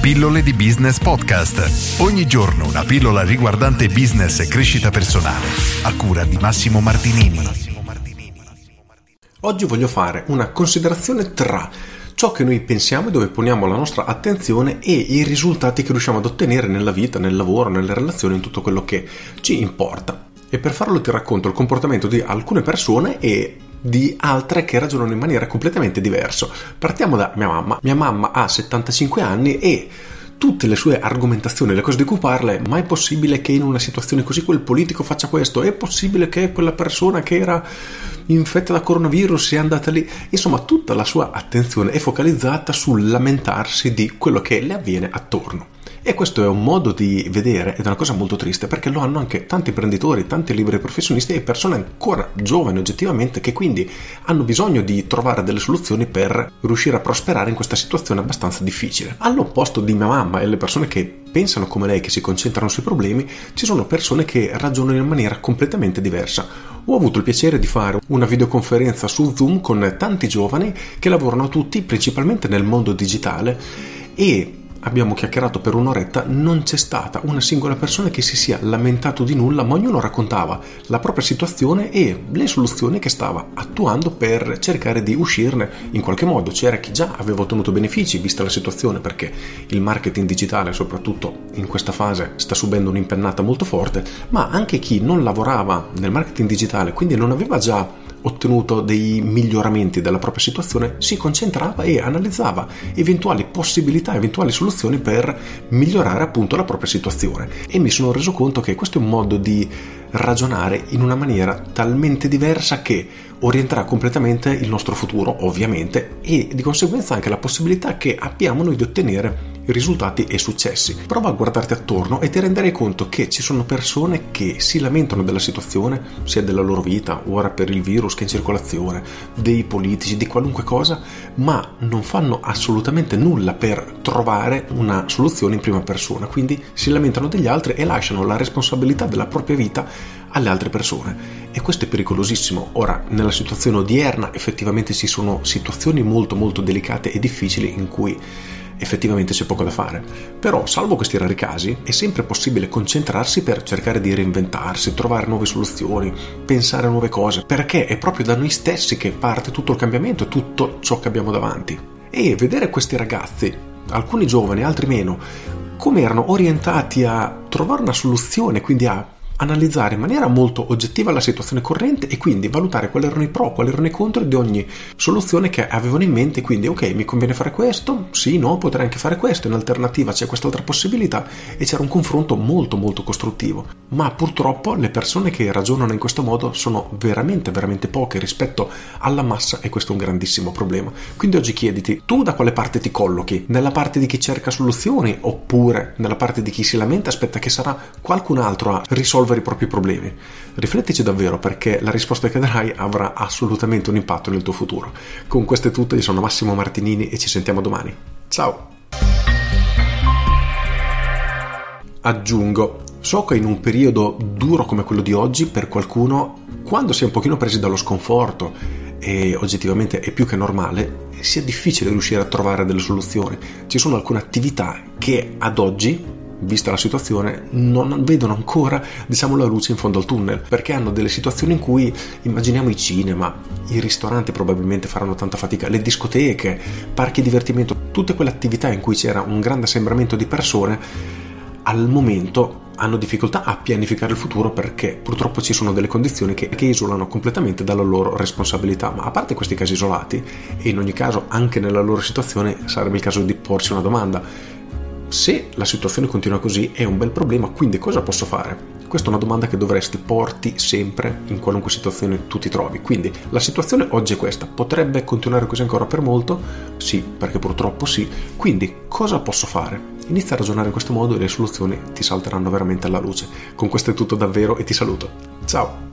Pillole di Business Podcast. Ogni giorno una pillola riguardante business e crescita personale. A cura di Massimo Martinini. Oggi voglio fare una considerazione tra ciò che noi pensiamo e dove poniamo la nostra attenzione e i risultati che riusciamo ad ottenere nella vita, nel lavoro, nelle relazioni, in tutto quello che ci importa. E per farlo ti racconto il comportamento di alcune persone e di altre che ragionano in maniera completamente diversa. Partiamo da mia mamma. Mia mamma ha 75 anni e tutte le sue argomentazioni, le cose di cui parla è: ma è possibile che in una situazione così quel politico faccia questo? È possibile che quella persona che era infetta da coronavirus sia andata lì? Insomma, tutta la sua attenzione è focalizzata sul lamentarsi di quello che le avviene attorno. E questo è un modo di vedere ed è una cosa molto triste, perché lo hanno anche tanti imprenditori, tanti liberi professionisti e persone ancora giovani oggettivamente, che quindi hanno bisogno di trovare delle soluzioni per riuscire a prosperare in questa situazione abbastanza difficile. All'opposto di mia mamma e le persone che pensano come lei, che si concentrano sui problemi, ci sono persone che ragionano in maniera completamente diversa. Ho avuto il piacere di fare una videoconferenza su Zoom con tanti giovani che lavorano tutti principalmente nel mondo digitale e abbiamo chiacchierato per un'oretta. Non c'è stata una singola persona che si sia lamentato di nulla, ma ognuno raccontava la propria situazione e le soluzioni che stava attuando per cercare di uscirne in qualche modo. C'era chi già aveva ottenuto benefici vista la situazione, perché il marketing digitale, soprattutto in questa fase, sta subendo un'impennata molto forte, ma anche chi non lavorava nel marketing digitale, quindi non aveva già ottenuto dei miglioramenti della propria situazione, si concentrava e analizzava eventuali possibilità, eventuali soluzioni per migliorare appunto la propria situazione. E mi sono reso conto che questo è un modo di ragionare in una maniera talmente diversa che orienterà completamente il nostro futuro, ovviamente, e di conseguenza anche la possibilità che abbiamo noi di ottenere risultati e successi. Prova a guardarti attorno e ti renderai conto che ci sono persone che si lamentano della situazione, sia della loro vita, ora per il virus che è in circolazione, dei politici, di qualunque cosa, ma non fanno assolutamente nulla per trovare una soluzione in prima persona. Quindi si lamentano degli altri e lasciano la responsabilità della propria vita alle altre persone. E questo è pericolosissimo. Ora, nella situazione odierna effettivamente ci sono situazioni molto molto delicate e difficili in cui effettivamente c'è poco da fare, però salvo questi rari casi è sempre possibile concentrarsi per cercare di reinventarsi, trovare nuove soluzioni, pensare a nuove cose, perché è proprio da noi stessi che parte tutto il cambiamento e tutto ciò che abbiamo davanti. E vedere questi ragazzi, alcuni giovani, altri meno, come erano orientati a trovare una soluzione, quindi a analizzare in maniera molto oggettiva la situazione corrente e quindi valutare quali erano i pro, quali erano i contro di ogni soluzione che avevano in mente. Quindi ok, mi conviene fare questo? Sì, no, potrei anche fare questo, in alternativa c'è quest'altra possibilità, e c'era un confronto molto molto costruttivo. Ma purtroppo le persone che ragionano in questo modo sono veramente veramente poche rispetto alla massa, e questo è un grandissimo problema. Quindi oggi chiediti: tu da quale parte ti collochi? Nella parte di chi cerca soluzioni oppure nella parte di chi si lamenta, aspetta che sarà qualcun altro a risolvere i propri problemi? Riflettici davvero, perché la risposta che darai avrà assolutamente un impatto nel tuo futuro. Con questo è tutto, io sono Massimo Martinini e ci sentiamo domani. Ciao! Aggiungo, so che in un periodo duro come quello di oggi, per qualcuno, quando si è un pochino presi dallo sconforto, e oggettivamente è più che normale, sia difficile riuscire a trovare delle soluzioni. Ci sono alcune attività che ad oggi, vista la situazione, non vedono ancora, diciamo, la luce in fondo al tunnel, perché hanno delle situazioni in cui, immaginiamo i cinema, i ristoranti probabilmente faranno tanta fatica, le discoteche, parchi divertimento, tutte quelle attività in cui c'era un grande assembramento di persone, al momento hanno difficoltà a pianificare il futuro, perché purtroppo ci sono delle condizioni che isolano completamente dalla loro responsabilità. Ma a parte questi casi isolati, e in ogni caso anche nella loro situazione, sarebbe il caso di porsi una domanda: se la situazione continua così è un bel problema, quindi cosa posso fare? Questa è una domanda che dovresti porti sempre in qualunque situazione tu ti trovi. Quindi la situazione oggi è questa: potrebbe continuare così ancora per molto? Sì, perché purtroppo sì. Quindi cosa posso fare? Inizia a ragionare in questo modo e le soluzioni ti salteranno veramente alla luce. Con questo è tutto davvero e ti saluto. Ciao!